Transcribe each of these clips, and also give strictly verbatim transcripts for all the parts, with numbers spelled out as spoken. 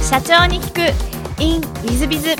社長に聞く in ウィズビズ。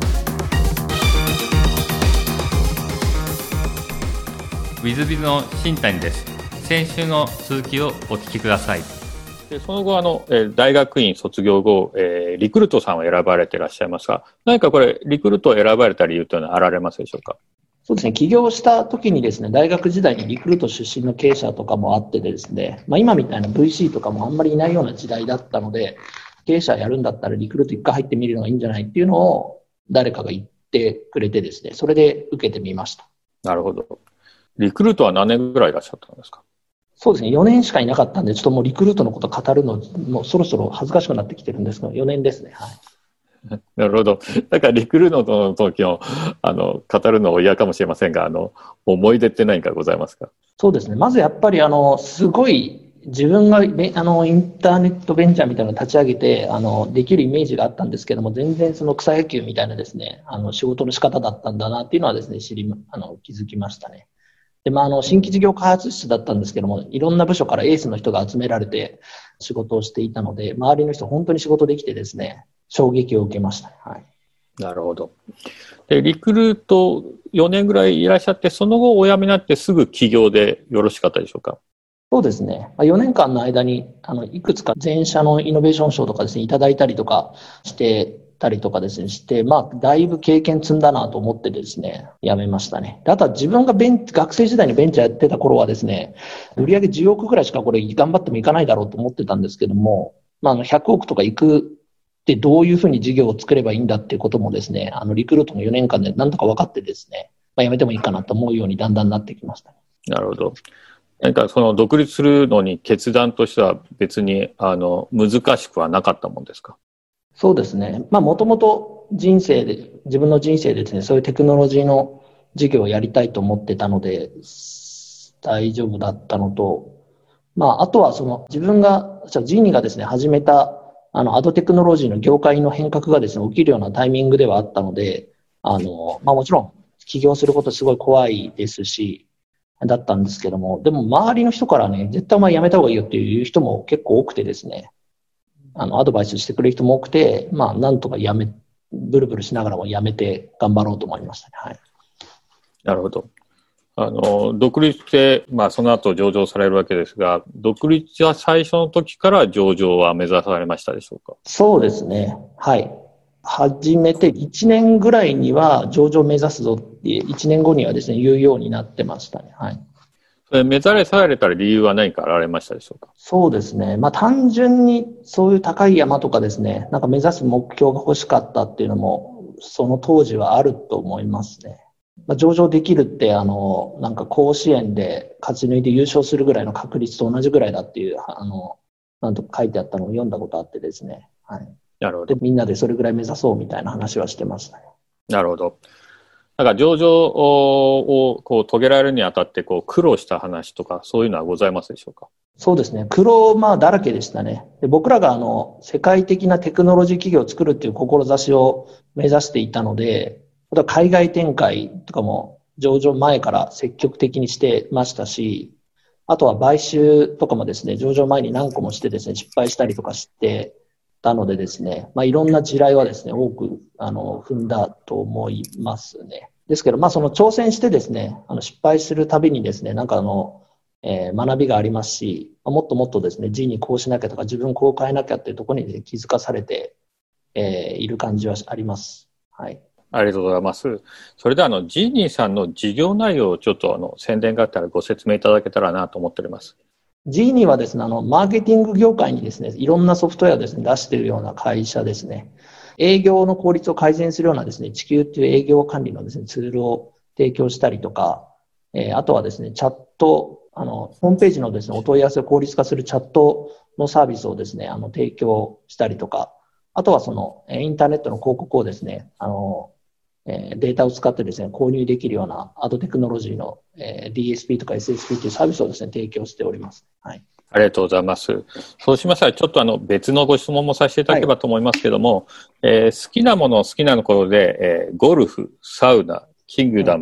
ウィズビズの新谷です。先週の続きをお聞きください。でその後あの、えー、大学院卒業後、えー、リクルートさんを選ばれていらっしゃいますが、何かこれリクルートを選ばれた理由というのはあられますでしょうか？ そうですね、起業した時にですね、大学時代にリクルート出身の経営者とかもあってですね、まあ、今みたいな ブイシー とかもあんまりいないような時代だったので、経営者やるんだったらリクルート一回入ってみるのがいいんじゃないっていうのを誰かが言ってくれてですね、それで受けてみました。 なるほど。リクルートは何年ぐらいいらっしゃったんですか？ そうですね、よねんしかいなかったんで、ちょっともうリクルートのこと語るのもうそろそろ恥ずかしくなってきてるんですが、よねんですね。はい。 なるほど。だからリクルートの時のあの語るのは嫌かもしれませんが、あの思い出って何かございますか？ そうですね。まずやっぱりあのすごい自分があのインターネットベンチャーみたいなのを立ち上げてあのできるイメージがあったんですけども、全然その草野球みたいなですね、あの仕事の仕方だったんだなっていうのはですね、知りあの気づきましたね。で、まあ、あの新規事業開発室だったんですけども、いろんな部署からエースの人が集められて仕事をしていたので、周りの人本当に仕事できてですね、衝撃を受けましたね。はい。なるほど。で、リクルートよねんぐらいいらっしゃって、その後お辞めになってすぐ起業でよろしかったでしょうか？ そうですね。よねんかんの間に、あの、いくつか全社のイノベーション賞とかですね、いただいたりとかしてたりとかですね、して、まあ、だいぶ経験積んだなと思ってですね、辞めましたね。であとは自分がベン学生時代にベンチャーやってた頃はですね、売上じゅうおくぐらいしかこれ頑張ってもいかないだろうと思ってたんですけども、まあ、あの、ひゃくおくとかいくでどういうふうに事業を作ればいいんだっていうこともですね、あのリクルートのよねんかんでなんとか分かってですね、まあ、やめてもいいかなと思うようにだんだんなってきました、ね。 なるほど。何かその独立するのに決断としては別にあの難しくはなかったもんですか？ そうですね。まあもともと人生で、自分の人生でですね、そういうテクノロジーの事業をやりたいと思ってたので、大丈夫だったのと、まああとはその自分が、じゃあジーニーがですね、始めたあの、アドテクノロジーの業界の変革がですね、起きるようなタイミングではあったので、あの、まあもちろん、起業することすごい怖いですし、だったんですけども、でも周りの人からね、絶対お前やめた方がいいよっていう人も結構多くてですね、あの、アドバイスしてくれる人も多くて、まあなんとかやめ、ブルブルしながらもやめて頑張ろうと思いましたね。はい。 なるほど。あの独立して、まあ、その後上場されるわけですが、独立は最初の時から上場は目指されましたでしょうか？ そうですね。はい。始めていちねんぐらいには上場を目指すぞっていちねんごにはですね、言うようになってましたね。はい。 それ目指された理由は何かあられましたでしょうか？ そうですね。まあ単純にそういう高い山とかですね、なんか目指す目標が欲しかったっていうのも、その当時はあると思いますね。まあ、上場できるって、あの、なんか甲子園で勝ち抜いて優勝するぐらいの確率と同じぐらいだっていう、あの、なんとか書いてあったのを読んだことあってですね。はい。 なるほど。 で、みんなでそれぐらい目指そうみたいな話はしてましたね。 なるほど。なんか上場をこう遂げられるにあたってこう苦労した話とかそういうのはございますでしょうか？ そうですね。苦労まあだらけでしたね。で、僕らがあの、世界的なテクノロジー企業を作るっていう志を目指していたので、あとは海外展開とかも上場前から積極的にしてましたし、あとは買収とかもですね、上場前に何個もしてですね、失敗したりとかしてたのでですね、まあいろんな地雷はですね、多くあの踏んだと思いますね。ですけど、まあその挑戦してですね、あの失敗するたびにですね、なんかあの、えー、学びがありますし、もっともっとですね、G にこうしなきゃとか自分こう変えなきゃっていうところに、ね、気づかされて、えー、いる感じはあります。はい。 ありがとうございます。それではあのジーニーさんの事業内容をちょっとあの宣伝があったらご説明いただけたらなと思っております。 ジーニーはですね、あのマーケティング業界にですね、いろんなソフトウェアをですね、出しているような会社ですね。営業の効率を改善するようなですね、地球っていう営業管理のですね、ツールを提供したりとか、えー、あとはですね、チャット、あの、ホームページのですね、お問い合わせを効率化するチャットのサービスをですね、あの、提供したりとか、あとはその、インターネットの広告をですね、あの、えー、データを使ってですね、購入できるようなアドテクノロジーの、えー、ディーエスピー とか エスエスピー というサービスをですね、提供しております。はい。 ありがとうございます。そうしましたら、ちょっとあの別のご質問もさせていただければと思いますけども、はい、えー、好きなものを好きなところで、えー、ゴルフ、サウナ、キングダム、うん、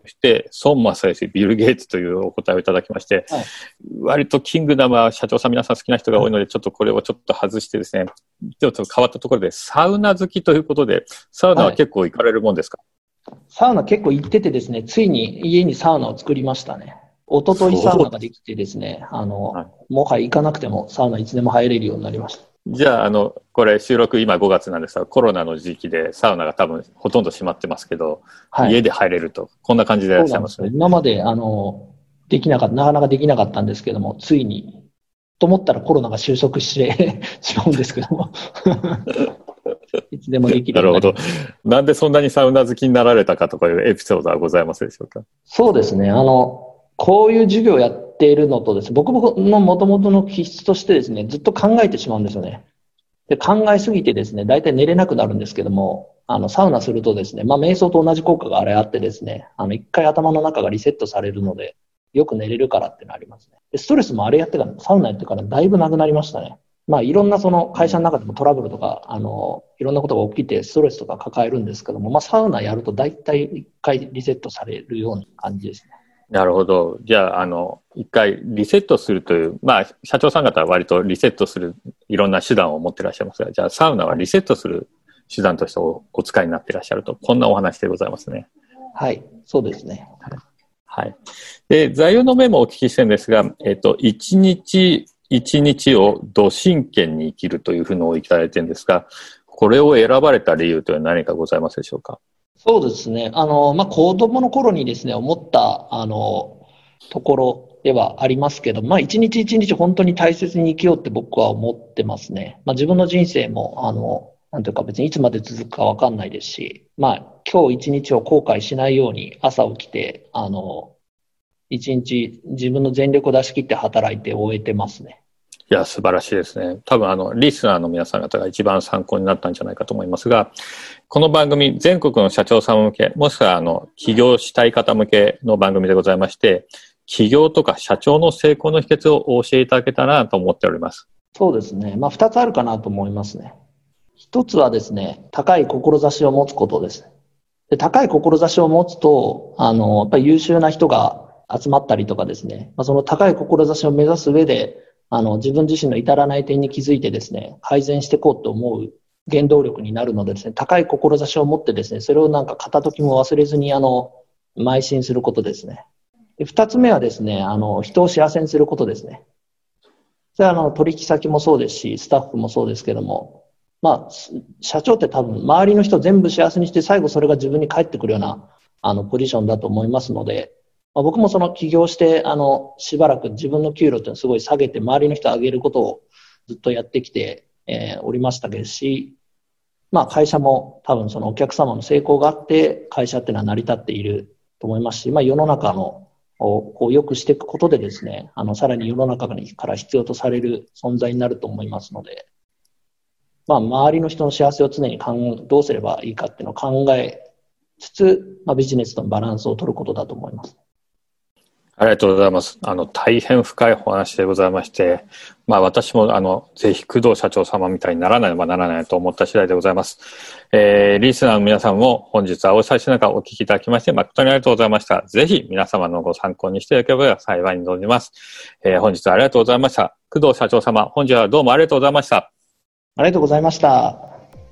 そして孫正義、ビル・ゲイツというお答えをいただきまして、はい、割とキングダムは社長さん皆さん好きな人が多いので、ちょっとこれをちょっと外してですね、ちょっと変わったところでサウナ好きということで、サウナは結構行かれるもんですか？ はい、サウナ結構行っててですね、ついに家にサウナを作りましたね。一昨日サウナができてですね、あの、はい、もはや行かなくてもサウナいつでも入れるようになりました。 じゃあ、あの、これ収録今ごがつなんですが、コロナの時期でサウナが多分ほとんど閉まってますけど、はい、家で入れると、こんな感じでいらっしゃいますね。 今まで、あの、できなかった、なかなかできなかったんですけども、ついに、と思ったらコロナが収束してしまうんですけども。いつでもできるようになります。 なるほど。なんでそんなにサウナ好きになられたかとかいうエピソードはございますでしょうか？ そうですね。あの、こういう授業をやっているのとですね、僕の元々の気質としてですね、ずっと考えてしまうんですよね。で、考えすぎてですね、大体寝れなくなるんですけども、あの、サウナするとですね、まあ、瞑想と同じ効果があれあってですね、あの、一回頭の中がリセットされるので、よく寝れるからっていうのありますね。で、ストレスもあれやってから、サウナやってからだいぶなくなりましたね。まあ、いろんなその会社の中でもトラブルとか、あの、いろんなことが起きてストレスとか抱えるんですけども、まあ、サウナやると大体一回リセットされるような感じですね。 なるほど。じゃあ、あの、一回リセットするという、まあ、社長さん方は割とリセットするいろんな手段を持っていらっしゃいますが、じゃあ、サウナはリセットする手段として お, お使いになっていらっしゃると、こんなお話でございますね。 はい、そうですね。 はい。で、座右の銘もお聞きしてるんですが、えっと、一日一日を度真剣に生きるというふうにおいただいてるんですが、これを選ばれた理由というのは何かございますでしょうか？ そうですね。あの、まあ、子供の頃にですね、思った、あの、ところではありますけど、まあ、一日一日本当に大切に生きようって僕は思ってますね。まあ、自分の人生も、あの、なんていうか別にいつまで続くかわかんないですし、まあ、今日一日を後悔しないように朝起きて、あの、一日自分の全力を出し切って働いて終えてますね。 いや、素晴らしいですね。多分あの、リスナーの皆さん方が一番参考になったんじゃないかと思いますが、この番組、全国の社長さん向け、もしくはあの、起業したい方向けの番組でございまして、起業とか社長の成功の秘訣をお教えいただけたらなと思っております。 そうですね。まあ、二つあるかなと思いますね。一つはですね、高い志を持つことです。で、高い志を持つと、あの、やっぱり優秀な人が集まったりとかですね、まあ、その高い志を目指す上で、あの、自分自身の至らない点に気づいてですね、改善していこうと思う原動力になるのでですね、高い志を持ってですね、それをなんか片時も忘れずに、あの、邁進することですね。で、二つ目はですね、あの、人を幸せにすることですね。それはあの、取引先もそうですし、スタッフもそうですけども、まあ、社長って多分、周りの人全部幸せにして、最後それが自分に返ってくるような、あの、ポジションだと思いますので、まあ、僕もその起業して、あの、しばらく自分の給料っていうのをすごい下げて、周りの人を上げることをずっとやってきて、えー、おりましたけどし、まあ会社も多分そのお客様の成功があって、会社っていうのは成り立っていると思いますし、まあ世の中のをこう良くしていくことでですね、あの、さらに世の中から必要とされる存在になると思いますので、まあ周りの人の幸せを常に考どうすればいいかっていうのを考えつつ、まあビジネスとのバランスを取ることだと思います。 ありがとうございます。あの、大変深いお話でございまして、まあ私もあの、ぜひ工藤社長様みたいにならないばならないと思った次第でございます。えー、リスナーの皆さんも本日はお最初の中お聞きいただきまして誠にありがとうございました。ぜひ皆様のご参考にしていただければ幸いに存じます。えー、本日はありがとうございました。工藤社長様、本日はどうもありがとうございました。 ありがとうございました。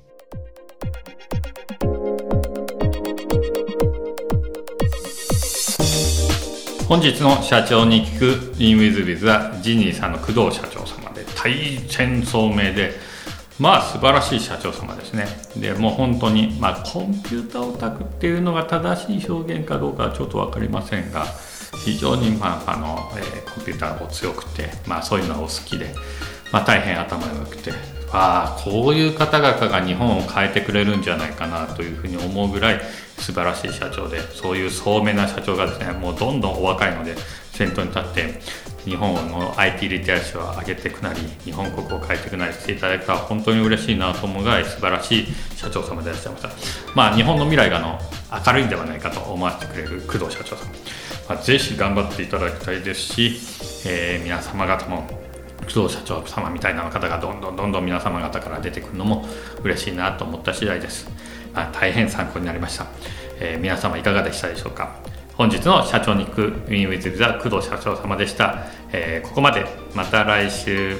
本日の社長に聞く In with Biz はジニーさんの工藤社長様で大変聡明で、まあ素晴らしい社長様ですね。でもう本当に、まあ、コンピュータオタクっていうのが正しい表現かどうかはちょっと分かりませんが、非常に、まああのえー、コンピューターがお強くて、まあ、そういうのがお好きで、まあ、大変頭が良くて、ああこういう方々が日本を変えてくれるんじゃないかなというふうに思うぐらい素晴らしい社長で、そういう聡明な社長がですね、もうどんどんお若いので先頭に立って日本の アイティー リテラシーを上げていくなり、日本国を変えていくなりしていただけたら本当に嬉しいなと思うぐらい素晴らしい社長様でいらっしゃいました。まあ日本の未来がの明るいんではないかと思わせてくれる工藤社長様、まあ、ぜひ頑張っていただきたいですし、えー、皆様方も工藤社長様みたいな方がどんどんどんどん皆様方から出てくるのも嬉しいなと思った次第です。まあ、大変参考になりました。えー、皆様いかがでしたでしょうか。 本日の社長に行くウィンウィズビザ工藤社長様でした、えー、ここまで。また来週。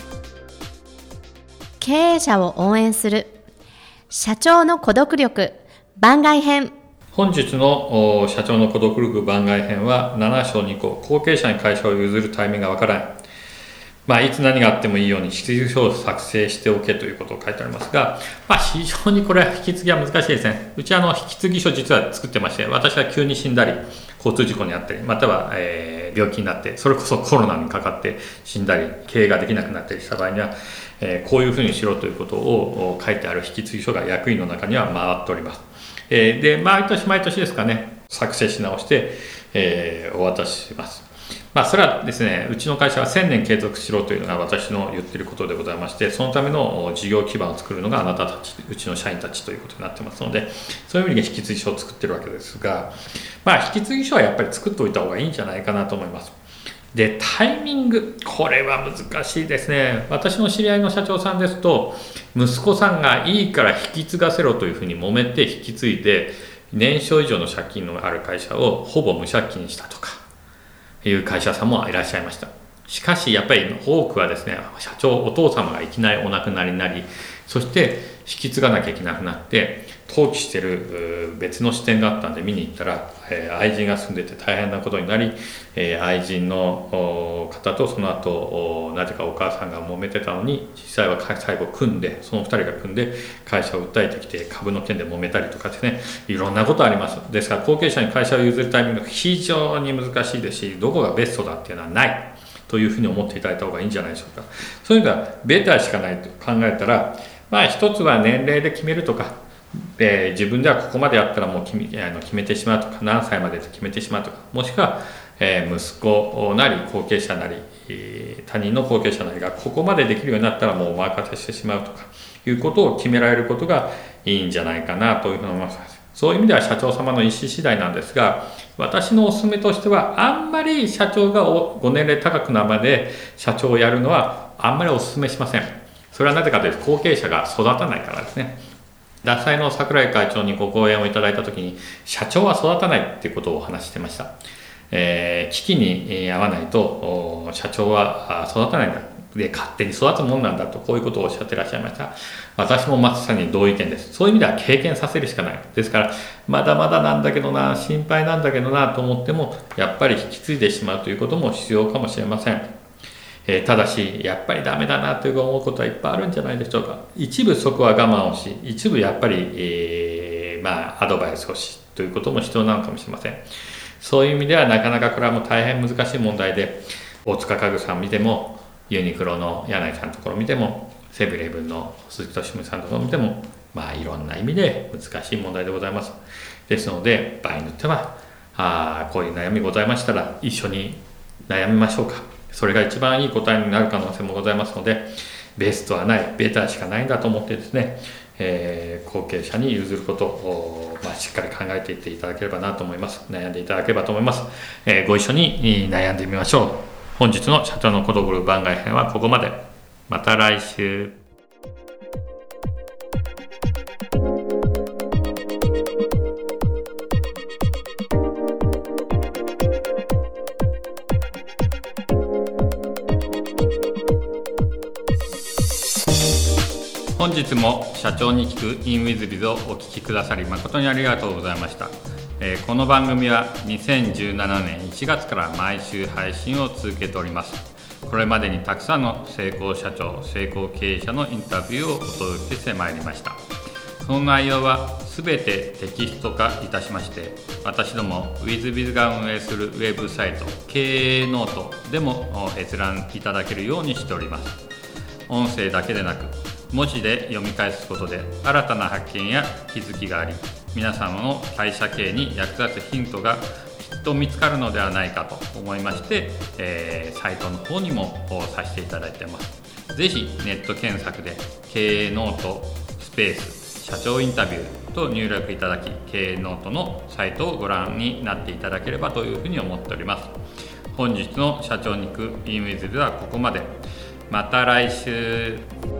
経営者を応援する社長の孤独力番外編。 本日の社長の孤独力番外編はなな章に項、後継者に会社を譲るタイミングがわからない、まあ、いつ何があってもいいように引き継ぎ書を作成しておけということを書いてありますが、まあ、非常にこれは引き継ぎは難しいですね。うちはあの引き継ぎ書実は作ってまして、私が急に死んだり交通事故にあったり、または、えー、病気になって、それこそコロナにかかって死んだり経営ができなくなったりした場合には、えー、こういうふうにしろということを書いてある引き継ぎ書が役員の中には回っております。えー、で毎年毎年ですかね、作成し直して、えー、お渡しします。まあ、それはですね、うちの会社はせんねん継続しろというのが私の言っていることでございまして、そのための事業基盤を作るのがあなたたち、うちの社員たちということになってますので、そういう意味で引き継ぎ書を作ってるわけですが、まあ、引き継ぎ書はやっぱり作っておいた方がいいんじゃないかなと思います。で、タイミング、これは難しいですね。私の知り合いの社長さんですと、息子さんがいいから引き継がせろというふうに揉めて引き継いで、年商以上の借金のある会社をほぼ無借金にしたとかいう会社さんもいらっしゃいました。しかしやっぱり多くはですね、社長お父様がいきなりお亡くなりになり、そして引き継がなきゃいけなくなって登記してる別の支店があったんで見に行ったら、えー、愛人が住んでて大変なことになり、えー、愛人の方とその後なぜかお母さんが揉めてたのに、実際は最後組んで、そのふたりが組んで会社を訴えてきて株の件で揉めたりとかですね、いろんなことあります。ですから後継者に会社を譲るタイミングが非常に難しいですし、どこがベストだっていうのはないというふうに思っていただいた方がいいんじゃないでしょうか。そういうのはベターしかないと考えたら、まあ一つは年齢で決めるとか、えー、自分ではここまでやったらもう決め、あの決めてしまうとか、何歳までと決めてしまうとか、もしくは、えー、息子なり後継者なり、えー、他人の後継者なりがここまでできるようになったらもうお任せしてしまうとかいうことを決められることがいいんじゃないかなというふうに思います。そういう意味では社長様の意思次第なんですが、私のお勧めとしては、あんまり社長がご年齢高くなるまで社長をやるのはあんまりお勧めしません。それはなぜかというと、後継者が育たないからですね。獺祭の櫻井会長にご講演をいただいたときに、社長は育たないっていうことをお話してました。えー、危機に合わないと社長は育たないんだ。で、勝手に育つもんなんだと、こういうことをおっしゃってらっしゃいました。私もまさに同意見です。そういう意味では経験させるしかない。ですから、まだまだなんだけどな、心配なんだけどなと思っても、やっぱり引き継いでしまうということも必要かもしれません。えー、ただし、やっぱりダメだなという思うことはいっぱいあるんじゃないでしょうか。一部そこは我慢をし、一部やっぱり、えー、まあ、アドバイスをしということも必要なのかもしれません。そういう意味ではなかなかこれはもう大変難しい問題で、大塚家具さん見ても、ユニクロの柳井さんのところを見ても、セブンイレブンの鈴木敏文さんのところを見ても、まあいろんな意味で難しい問題でございます。ですので、場合によっては、あこういう悩みございましたら、一緒に悩みましょうか。それが一番いい答えになる可能性もございますので、ベストはない、ベターしかないんだと思ってですね、えー、後継者に譲ることを、まあ、しっかり考えていっていただければなと思います。悩んでいただければと思います。えー、ご一緒に悩んでみましょう。本日の社長の孤独力番外編はここまで。また来週。本日も社長に聞く InWithBiz をお聞きくださり誠にありがとうございました。えー、この番組はにせんじゅうななねんいちがつから毎週配信を続けております。これまでにたくさんの成功社長、成功経営者のインタビューをお届けしてまいりました。その内容はすべてテキスト化いたしまして、私ども WithBiz が運営するウェブサイト経営ノートでも閲覧いただけるようにしております。音声だけでなく文字で読み返すことで新たな発見や気づきがあり、皆様の会社経営に役立つヒントがきっと見つかるのではないかと思いまして、えー、サイトの方にもさせていただいています。ぜひネット検索で経営ノートスペース社長インタビューと入力いただき、経営ノートのサイトをご覧になっていただければというふうに思っております。本日の社長に行く InWithBiz はここまで。また来週。